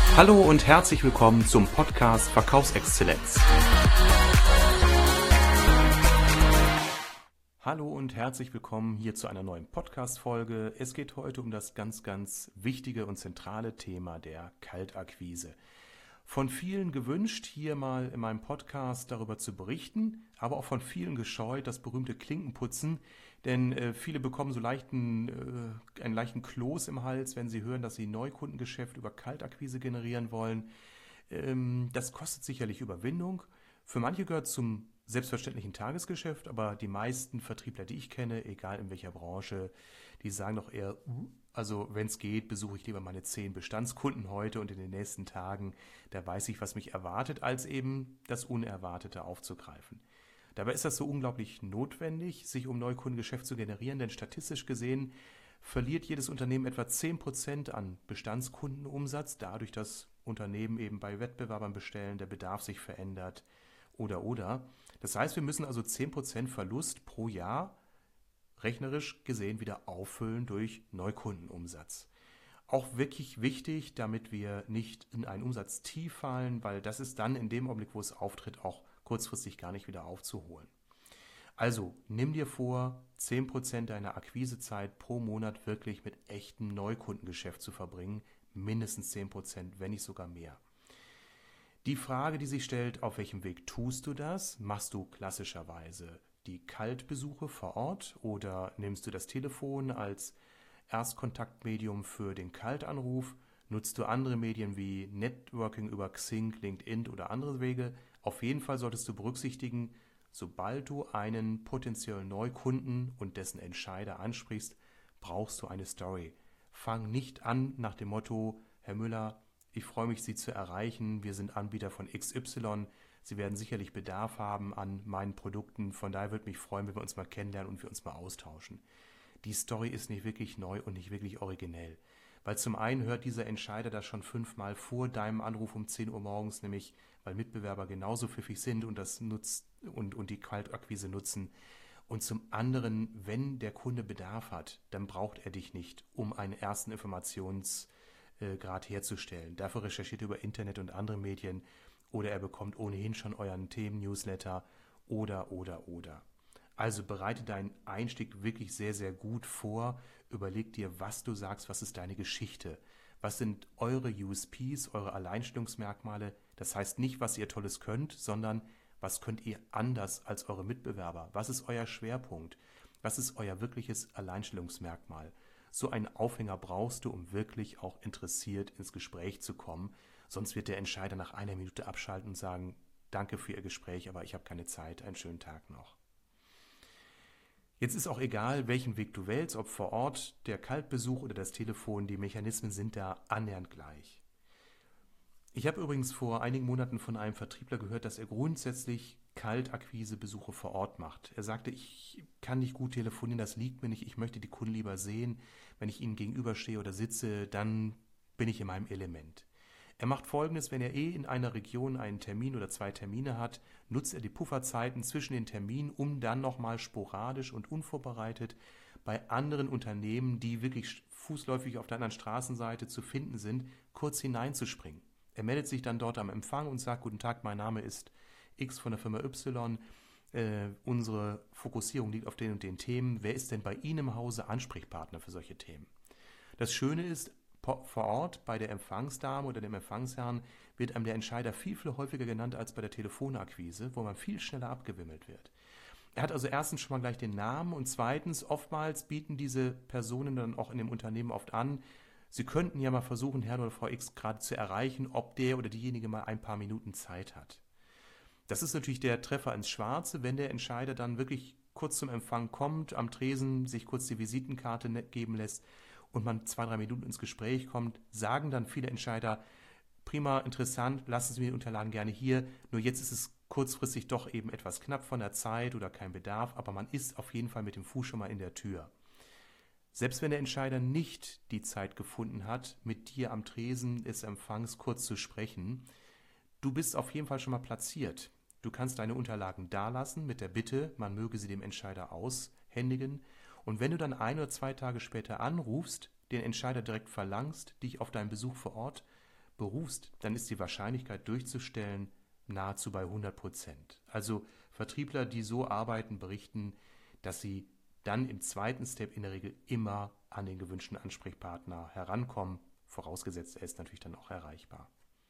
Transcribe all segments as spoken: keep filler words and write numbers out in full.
Hallo und herzlich willkommen zum Podcast Verkaufsexzellenz. Hallo und herzlich willkommen hier zu einer neuen Podcast-Folge. Es geht heute um das ganz, ganz wichtige und zentrale Thema der Kaltakquise. Von vielen gewünscht, hier mal in meinem Podcast darüber zu berichten, aber auch von vielen gescheut, das berühmte Klinkenputzen, denn äh, viele bekommen so leichten, äh, einen leichten Kloß im Hals, wenn sie hören, dass sie Neukundengeschäft über Kaltakquise generieren wollen. Ähm, das kostet sicherlich Überwindung. Für manche gehört es zum selbstverständlichen Tagesgeschäft, aber die meisten Vertriebler, die ich kenne, egal in welcher Branche, die sagen doch eher, uh, also wenn es geht, besuche ich lieber meine zehn Bestandskunden heute und in den nächsten Tagen, da weiß ich, was mich erwartet, als eben das Unerwartete aufzugreifen. Dabei ist das so unglaublich notwendig, sich um Neukundengeschäft zu generieren, denn statistisch gesehen verliert jedes Unternehmen etwa zehn Prozent an Bestandskundenumsatz, dadurch, dass Unternehmen eben bei Wettbewerbern bestellen, der Bedarf sich verändert oder oder. Das heißt, wir müssen also zehn Prozent Verlust pro Jahr rechnerisch gesehen wieder auffüllen durch Neukundenumsatz. Auch wirklich wichtig, damit wir nicht in ein Umsatztief fallen, weil das ist dann in dem Augenblick, wo es auftritt, auch kurzfristig gar nicht wieder aufzuholen. Also nimm dir vor, zehn Prozent deiner Akquisezeit pro Monat wirklich mit echtem Neukundengeschäft zu verbringen, mindestens zehn Prozent, wenn nicht sogar mehr. Die Frage, die sich stellt, auf welchem Weg tust du das? Machst du klassischerweise die Kaltbesuche vor Ort oder nimmst du das Telefon als Erstkontaktmedium für den Kaltanruf? Nutzt du andere Medien wie Networking über Xing, LinkedIn oder andere Wege? Auf jeden Fall solltest du berücksichtigen, sobald du einen potenziellen Neukunden und dessen Entscheider ansprichst, brauchst du eine Story. Fang nicht an nach dem Motto, Herr Müller, ich freue mich, Sie zu erreichen. Wir sind Anbieter von X Y. Sie werden sicherlich Bedarf haben an meinen Produkten. Von daher würde mich freuen, wenn wir uns mal kennenlernen und wir uns mal austauschen. Die Story ist nicht wirklich neu und nicht wirklich originell. Weil zum einen hört dieser Entscheider das schon fünfmal vor deinem Anruf um zehn Uhr morgens, nämlich weil Mitbewerber genauso pfiffig sind und das nutzt und, und die Kaltakquise nutzen. Und zum anderen, wenn der Kunde Bedarf hat, dann braucht er dich nicht, um einen ersten Informations- Grad herzustellen. Dafür recherchiert er über Internet und andere Medien oder er bekommt ohnehin schon euren Themen-Newsletter oder, oder, oder. Also bereite deinen Einstieg wirklich sehr, sehr gut vor. Überleg dir, was du sagst, was ist deine Geschichte. Was sind eure U S Ps, eure Alleinstellungsmerkmale? Das heißt nicht, was ihr Tolles könnt, sondern was könnt ihr anders als eure Mitbewerber? Was ist euer Schwerpunkt? Was ist euer wirkliches Alleinstellungsmerkmal? So einen Aufhänger brauchst du, um wirklich auch interessiert ins Gespräch zu kommen. Sonst wird der Entscheider nach einer Minute abschalten und sagen, danke für Ihr Gespräch, aber ich habe keine Zeit, einen schönen Tag noch. Jetzt ist auch egal, welchen Weg du wählst, ob vor Ort, der Kaltbesuch oder das Telefon, die Mechanismen sind da annähernd gleich. Ich habe übrigens vor einigen Monaten von einem Vertriebler gehört, dass er grundsätzlich Kaltakquisebesuche vor Ort macht. Er sagte, ich kann nicht gut telefonieren, das liegt mir nicht, ich möchte die Kunden lieber sehen. Wenn ich ihnen gegenüberstehe oder sitze, dann bin ich in meinem Element. Er macht Folgendes, wenn er eh in einer Region einen Termin oder zwei Termine hat, nutzt er die Pufferzeiten zwischen den Terminen, um dann nochmal sporadisch und unvorbereitet bei anderen Unternehmen, die wirklich fußläufig auf der anderen Straßenseite zu finden sind, kurz hineinzuspringen. Er meldet sich dann dort am Empfang und sagt, guten Tag, mein Name ist X von der Firma Y. Äh, unsere Fokussierung liegt auf den und den Themen. Wer ist denn bei Ihnen im Hause Ansprechpartner für solche Themen? Das Schöne ist, vor Ort bei der Empfangsdame oder dem Empfangsherrn wird einem der Entscheider viel, viel häufiger genannt als bei der Telefonakquise, wo man viel schneller abgewimmelt wird. Er hat also erstens schon mal gleich den Namen und zweitens, oftmals bieten diese Personen dann auch in dem Unternehmen oft an, Sie könnten ja mal versuchen, Herrn oder Frau X gerade zu erreichen, ob der oder diejenige mal ein paar Minuten Zeit hat. Das ist natürlich der Treffer ins Schwarze, wenn der Entscheider dann wirklich kurz zum Empfang kommt, am Tresen sich kurz die Visitenkarte geben lässt und man zwei, drei Minuten ins Gespräch kommt, sagen dann viele Entscheider, prima, interessant, lassen Sie mir die Unterlagen gerne hier, nur jetzt ist es kurzfristig doch eben etwas knapp von der Zeit oder kein Bedarf, aber man ist auf jeden Fall mit dem Fuß schon mal in der Tür. Selbst wenn der Entscheider nicht die Zeit gefunden hat, mit dir am Tresen des Empfangs kurz zu sprechen, du bist auf jeden Fall schon mal platziert. Du kannst deine Unterlagen dalassen mit der Bitte, man möge sie dem Entscheider aushändigen. Und wenn du dann ein oder zwei Tage später anrufst, den Entscheider direkt verlangst, dich auf deinen Besuch vor Ort berufst, dann ist die Wahrscheinlichkeit durchzustellen nahezu bei hundert Prozent. Also Vertriebler, die so arbeiten, berichten, dass sie dann im zweiten Step in der Regel immer an den gewünschten Ansprechpartner herankommen, vorausgesetzt er ist natürlich dann auch erreichbar.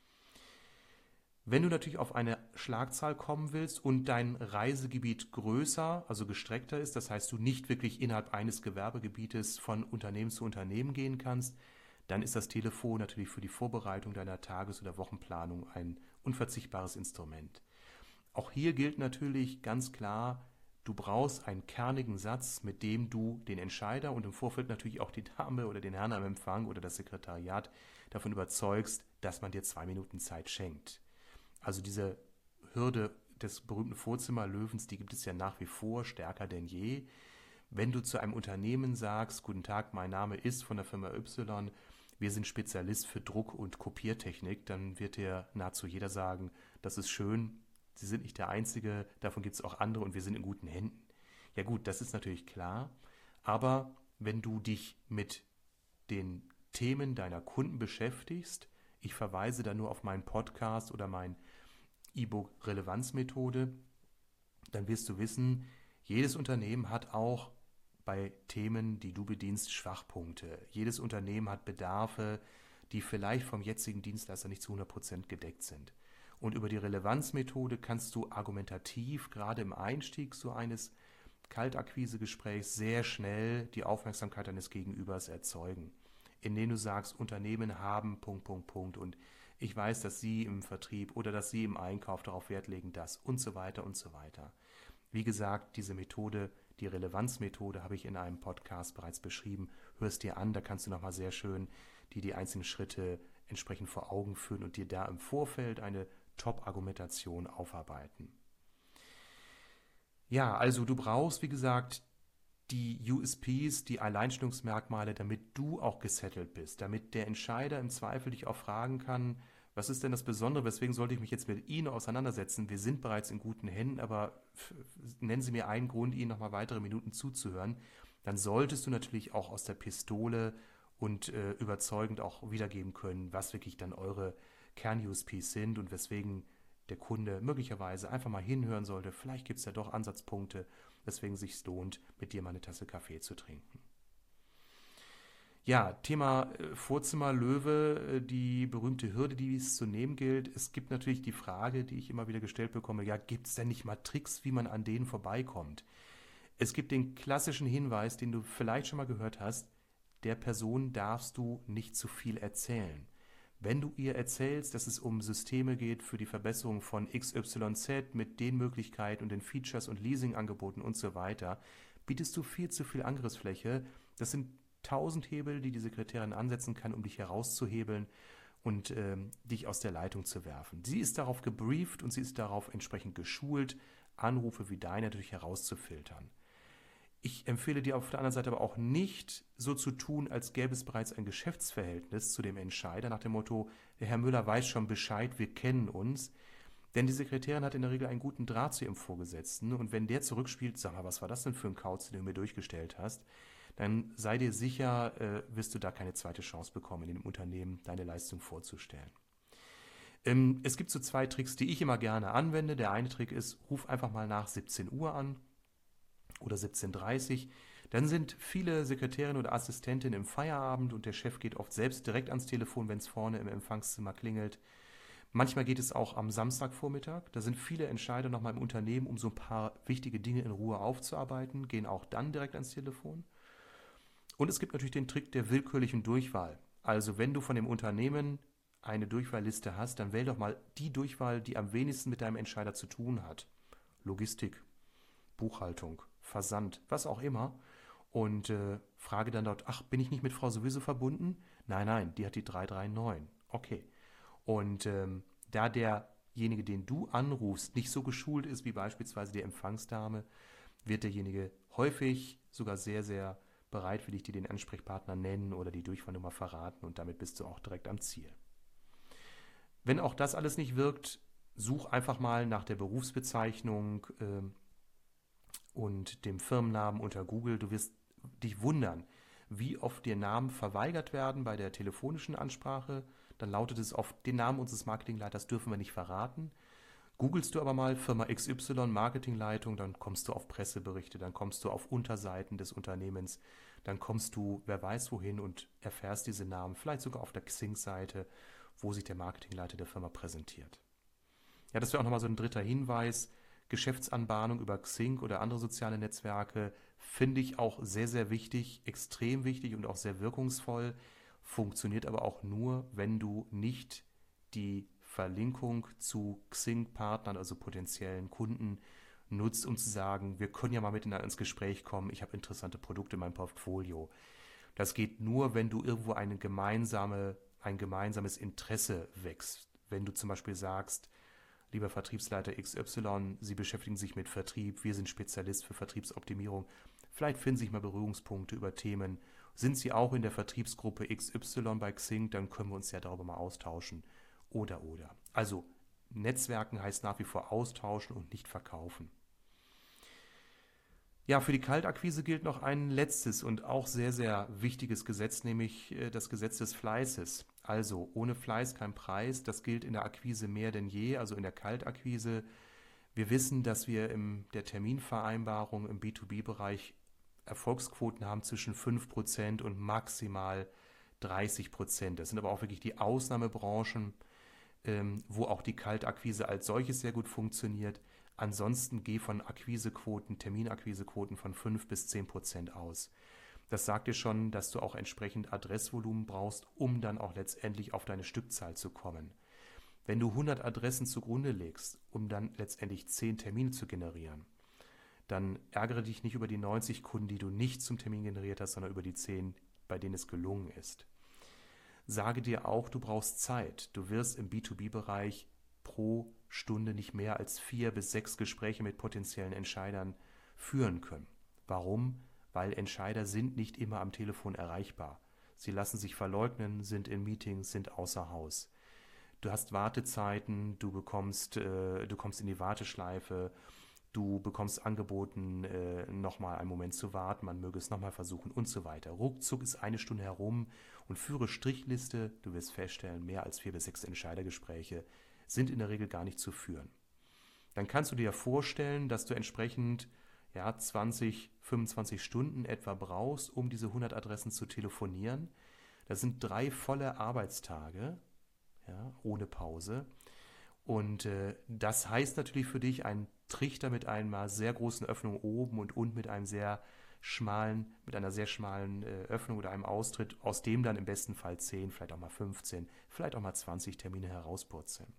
Wenn du natürlich auf eine Schlagzahl kommen willst und dein Reisegebiet größer, also gestreckter ist, das heißt du nicht wirklich innerhalb eines Gewerbegebietes von Unternehmen zu Unternehmen gehen kannst, dann ist das Telefon natürlich für die Vorbereitung deiner Tages- oder Wochenplanung ein unverzichtbares Instrument. Auch hier gilt natürlich ganz klar, du brauchst einen kernigen Satz, mit dem du den Entscheider und im Vorfeld natürlich auch die Dame oder den Herrn am Empfang oder das Sekretariat davon überzeugst, dass man dir zwei Minuten Zeit schenkt. Also diese Hürde des berühmten Vorzimmerlöwens, die gibt es ja nach wie vor stärker denn je. Wenn du zu einem Unternehmen sagst, guten Tag, mein Name ist von der Firma Y, wir sind Spezialist für Druck- und Kopiertechnik, dann wird dir nahezu jeder sagen, das ist schön, Sie sind nicht der Einzige, davon gibt es auch andere und wir sind in guten Händen. Ja gut, das ist natürlich klar, aber wenn du dich mit den Themen deiner Kunden beschäftigst, ich verweise da nur auf meinen Podcast oder mein E-Book Relevanzmethode, dann wirst du wissen, jedes Unternehmen hat auch bei Themen, die du bedienst, Schwachpunkte. Jedes Unternehmen hat Bedarfe, die vielleicht vom jetzigen Dienstleister nicht zu hundert Prozent gedeckt sind. Und über die Relevanzmethode kannst du argumentativ, gerade im Einstieg so eines Kaltakquisegesprächs, sehr schnell die Aufmerksamkeit deines Gegenübers erzeugen, indem du sagst, Unternehmen haben Punkt, Punkt, Punkt und ich weiß, dass Sie im Vertrieb oder dass Sie im Einkauf darauf Wert legen, das und so weiter und so weiter. Wie gesagt, diese Methode, die Relevanzmethode, habe ich in einem Podcast bereits beschrieben. Hör es dir an, da kannst du nochmal sehr schön die, die einzelnen Schritte entsprechend vor Augen führen und dir da im Vorfeld eine Top-Argumentation aufarbeiten. Ja, also du brauchst, wie gesagt, die U S Ps, die Alleinstellungsmerkmale, damit du auch gesettelt bist, damit der Entscheider im Zweifel dich auch fragen kann, was ist denn das Besondere, weswegen sollte ich mich jetzt mit Ihnen auseinandersetzen? Wir sind bereits in guten Händen, aber nennen Sie mir einen Grund, Ihnen nochmal weitere Minuten zuzuhören. Dann solltest du natürlich auch aus der Pistole und äh, überzeugend auch wiedergeben können, was wirklich dann eure Kern-U S Ps sind und weswegen der Kunde möglicherweise einfach mal hinhören sollte. Vielleicht gibt es ja doch Ansatzpunkte, weswegen es sich lohnt, mit dir mal eine Tasse Kaffee zu trinken. Ja, Thema äh, Vorzimmer, Löwe, äh, die berühmte Hürde, die es zu nehmen gilt. Es gibt natürlich die Frage, die ich immer wieder gestellt bekomme, ja, gibt es denn nicht mal Tricks, wie man an denen vorbeikommt? Es gibt den klassischen Hinweis, den du vielleicht schon mal gehört hast, der Person darfst du nicht zu viel erzählen. Wenn du ihr erzählst, dass es um Systeme geht für die Verbesserung von X Y Z mit den Möglichkeiten und den Features und Leasingangeboten und so weiter, bietest du viel zu viel Angriffsfläche. Das sind tausend Hebel, die die Sekretärin ansetzen kann, um dich herauszuhebeln und ähm, dich aus der Leitung zu werfen. Sie ist darauf gebrieft und sie ist darauf entsprechend geschult, Anrufe wie deine natürlich herauszufiltern. Ich empfehle dir auf der anderen Seite aber auch nicht, so zu tun, als gäbe es bereits ein Geschäftsverhältnis zu dem Entscheider, nach dem Motto, der Herr Müller weiß schon Bescheid, wir kennen uns. Denn die Sekretärin hat in der Regel einen guten Draht zu ihrem Vorgesetzten und wenn der zurückspielt, sag mal, was war das denn für ein Kauz, den du mir durchgestellt hast, dann sei dir sicher, äh, wirst du da keine zweite Chance bekommen, in dem Unternehmen deine Leistung vorzustellen. Ähm, es gibt so zwei Tricks, die ich immer gerne anwende. Der eine Trick ist, ruf einfach mal nach siebzehn Uhr an oder siebzehn Uhr dreißig. Dann sind viele Sekretärinnen oder Assistentinnen im Feierabend und der Chef geht oft selbst direkt ans Telefon, wenn es vorne im Empfangszimmer klingelt. Manchmal geht es auch am Samstagvormittag. Da sind viele Entscheider nochmal im Unternehmen, um so ein paar wichtige Dinge in Ruhe aufzuarbeiten, gehen auch dann direkt ans Telefon. Und es gibt natürlich den Trick der willkürlichen Durchwahl. Also wenn du von dem Unternehmen eine Durchwahlliste hast, dann wähl doch mal die Durchwahl, die am wenigsten mit deinem Entscheider zu tun hat. Logistik, Buchhaltung, Versand, was auch immer. Und äh, frage dann dort, ach, bin ich nicht mit Frau sowieso verbunden? Nein, nein, die hat die drei drei neun. Okay. Und ähm, da derjenige, den du anrufst, nicht so geschult ist wie beispielsweise die Empfangsdame, wird derjenige häufig sogar sehr, sehr bereitwillig dir den Ansprechpartner nennen oder die Durchfallnummer verraten und damit bist du auch direkt am Ziel. Wenn auch das alles nicht wirkt, such einfach mal nach der Berufsbezeichnung äh, und dem Firmennamen unter Google. Du wirst dich wundern, wie oft dir Namen verweigert werden bei der telefonischen Ansprache. Dann lautet es oft, den Namen unseres Marketingleiters dürfen wir nicht verraten. Googlest du aber mal Firma X Y Marketingleitung, dann kommst du auf Presseberichte, dann kommst du auf Unterseiten des Unternehmens, dann kommst du, wer weiß wohin und erfährst diese Namen, vielleicht sogar auf der Xing-Seite, wo sich der Marketingleiter der Firma präsentiert. Ja, das wäre auch nochmal so ein dritter Hinweis. Geschäftsanbahnung über Xing oder andere soziale Netzwerke finde ich auch sehr, sehr wichtig, extrem wichtig und auch sehr wirkungsvoll, funktioniert aber auch nur, wenn du nicht die Verlinkung zu Xing-Partnern, also potenziellen Kunden, nutzt, um zu sagen, wir können ja mal miteinander ins Gespräch kommen, ich habe interessante Produkte in meinem Portfolio. Das geht nur, wenn du irgendwo eine gemeinsame, ein gemeinsames Interesse wächst. Wenn du zum Beispiel sagst, lieber Vertriebsleiter X Y, Sie beschäftigen sich mit Vertrieb, wir sind Spezialist für Vertriebsoptimierung, vielleicht finden sich mal Berührungspunkte über Themen. Sind Sie auch in der Vertriebsgruppe X Y bei Xing, dann können wir uns ja darüber mal austauschen. Oder, oder. Also, Netzwerken heißt nach wie vor austauschen und nicht verkaufen. Ja, für die Kaltakquise gilt noch ein letztes und auch sehr, sehr wichtiges Gesetz, nämlich das Gesetz des Fleißes. Also, ohne Fleiß kein Preis. Das gilt in der Akquise mehr denn je, also in der Kaltakquise. Wir wissen, dass wir in der Terminvereinbarung im B zwei B-Bereich Erfolgsquoten haben zwischen fünf Prozent und maximal dreißig Prozent. Das sind aber auch wirklich die Ausnahmebranchen, wo auch die Kaltakquise als solches sehr gut funktioniert. Ansonsten geh von Akquisequoten, Terminakquisequoten von fünf bis zehn Prozent aus. Das sagt dir schon, dass du auch entsprechend Adressvolumen brauchst, um dann auch letztendlich auf deine Stückzahl zu kommen. Wenn du hundert Adressen zugrunde legst, um dann letztendlich zehn Termine zu generieren, dann ärgere dich nicht über die neunzig Kunden, die du nicht zum Termin generiert hast, sondern über die zehn, bei denen es gelungen ist. Sage dir auch, du brauchst Zeit. Du wirst im B zwei B-Bereich pro Stunde nicht mehr als vier bis sechs Gespräche mit potenziellen Entscheidern führen können. Warum? Weil Entscheider sind nicht immer am Telefon erreichbar. Sie lassen sich verleugnen, sind in Meetings, sind außer Haus. Du hast Wartezeiten, du bekommst, äh, du kommst in die Warteschleife, du bekommst angeboten, äh, nochmal einen Moment zu warten, man möge es nochmal versuchen und so weiter. Ruckzuck ist eine Stunde herum und führe Strichliste, du wirst feststellen, mehr als vier bis sechs Entscheidergespräche sind in der Regel gar nicht zu führen. Dann kannst du dir vorstellen, dass du entsprechend ja, zwanzig, fünfundzwanzig Stunden etwa brauchst, um diese hundert Adressen zu telefonieren. Das sind drei volle Arbeitstage, ja, ohne Pause. Und äh, das heißt natürlich für dich ein Trichter mit einer sehr großen Öffnung oben und unten mit einem sehr schmalen, mit einer sehr schmalen äh, Öffnung oder einem Austritt, aus dem dann im besten Fall zehn, vielleicht auch mal fünfzehn, vielleicht auch mal zwanzig Termine herauspurzeln.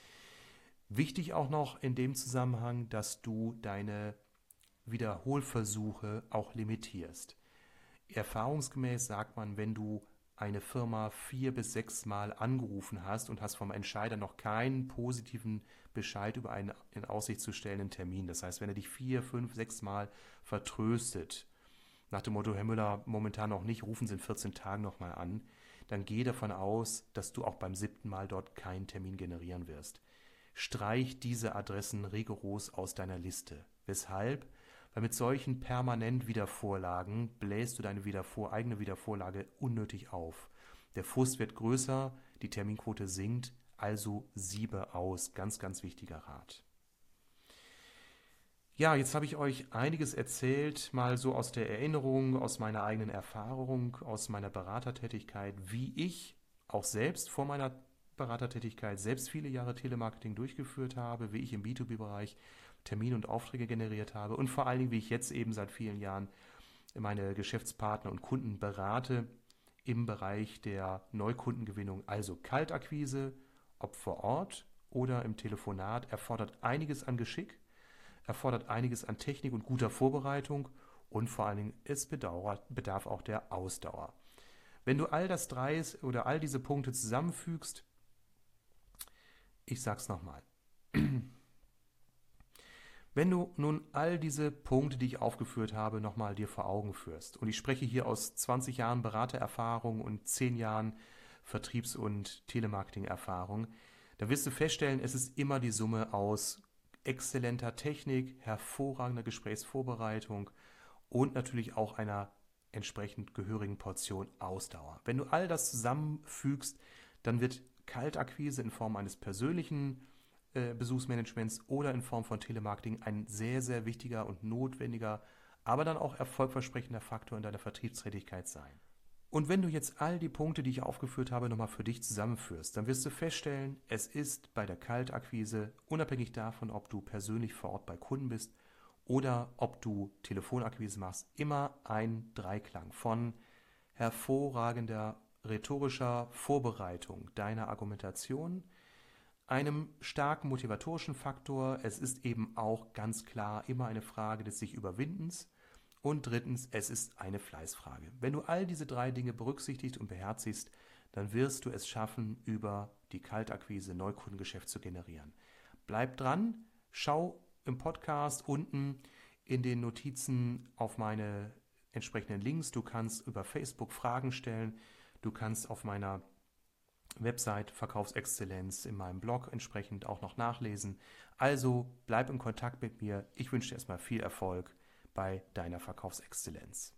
Wichtig auch noch in dem Zusammenhang, dass du deine Wiederholversuche auch limitierst. Erfahrungsgemäß sagt man, wenn du eine Firma vier bis sechs Mal angerufen hast und hast vom Entscheider noch keinen positiven Bescheid über einen in Aussicht zu stellenden Termin. Das heißt, wenn er dich vier, fünf, sechs Mal vertröstet, nach dem Motto, Herr Müller, momentan noch nicht, rufen Sie in vierzehn Tagen nochmal an, dann geh davon aus, dass du auch beim siebten Mal dort keinen Termin generieren wirst. Streich diese Adressen rigoros aus deiner Liste. Weshalb? Weil mit solchen permanent Wiedervorlagen bläst du deine Wiedervor- eigene Wiedervorlage unnötig auf. Der Frust wird größer, die Terminquote sinkt, also siebe aus. Ganz, ganz wichtiger Rat. Ja, jetzt habe ich euch einiges erzählt, mal so aus der Erinnerung, aus meiner eigenen Erfahrung, aus meiner Beratertätigkeit, wie ich auch selbst vor meiner Beratertätigkeit selbst viele Jahre Telemarketing durchgeführt habe, wie ich im B zwei B-Bereich Termine und Aufträge generiert habe und vor allen Dingen, wie ich jetzt eben seit vielen Jahren meine Geschäftspartner und Kunden berate im Bereich der Neukundengewinnung. Also Kaltakquise, ob vor Ort oder im Telefonat, erfordert einiges an Geschick, erfordert einiges an Technik und guter Vorbereitung und vor allen Dingen es bedauert, bedarf auch der Ausdauer. Wenn du all das drei oder all diese Punkte zusammenfügst, ich sag's nochmal, wenn du nun all diese Punkte, die ich aufgeführt habe, nochmal dir vor Augen führst, und ich spreche hier aus zwanzig Jahren Beratererfahrung und zehn Jahren Vertriebs- und Telemarketing-Erfahrung, dann wirst du feststellen, es ist immer die Summe aus exzellenter Technik, hervorragender Gesprächsvorbereitung und natürlich auch einer entsprechend gehörigen Portion Ausdauer. Wenn du all das zusammenfügst, dann wird Kaltakquise in Form eines persönlichen äh, Besuchsmanagements oder in Form von Telemarketing ein sehr, sehr wichtiger und notwendiger, aber dann auch erfolgversprechender Faktor in deiner Vertriebstätigkeit sein. Und wenn du jetzt all die Punkte, die ich aufgeführt habe, nochmal für dich zusammenführst, dann wirst du feststellen, es ist bei der Kaltakquise, unabhängig davon, ob du persönlich vor Ort bei Kunden bist oder ob du Telefonakquise machst, immer ein Dreiklang von hervorragender rhetorischer Vorbereitung deiner Argumentation, einem starken motivatorischen Faktor, es ist eben auch ganz klar immer eine Frage des sich Überwindens, und drittens, es ist eine Fleißfrage. Wenn du all diese drei Dinge berücksichtigst und beherzigst, dann wirst du es schaffen, über die Kaltakquise Neukundengeschäft zu generieren. Bleib dran, schau im Podcast unten in den Notizen auf meine entsprechenden Links. Du kannst über Facebook Fragen stellen, du kannst auf meiner Website Verkaufsexzellenz in meinem Blog entsprechend auch noch nachlesen. Also bleib in Kontakt mit mir. Ich wünsche dir erstmal viel Erfolg bei deiner Verkaufsexzellenz.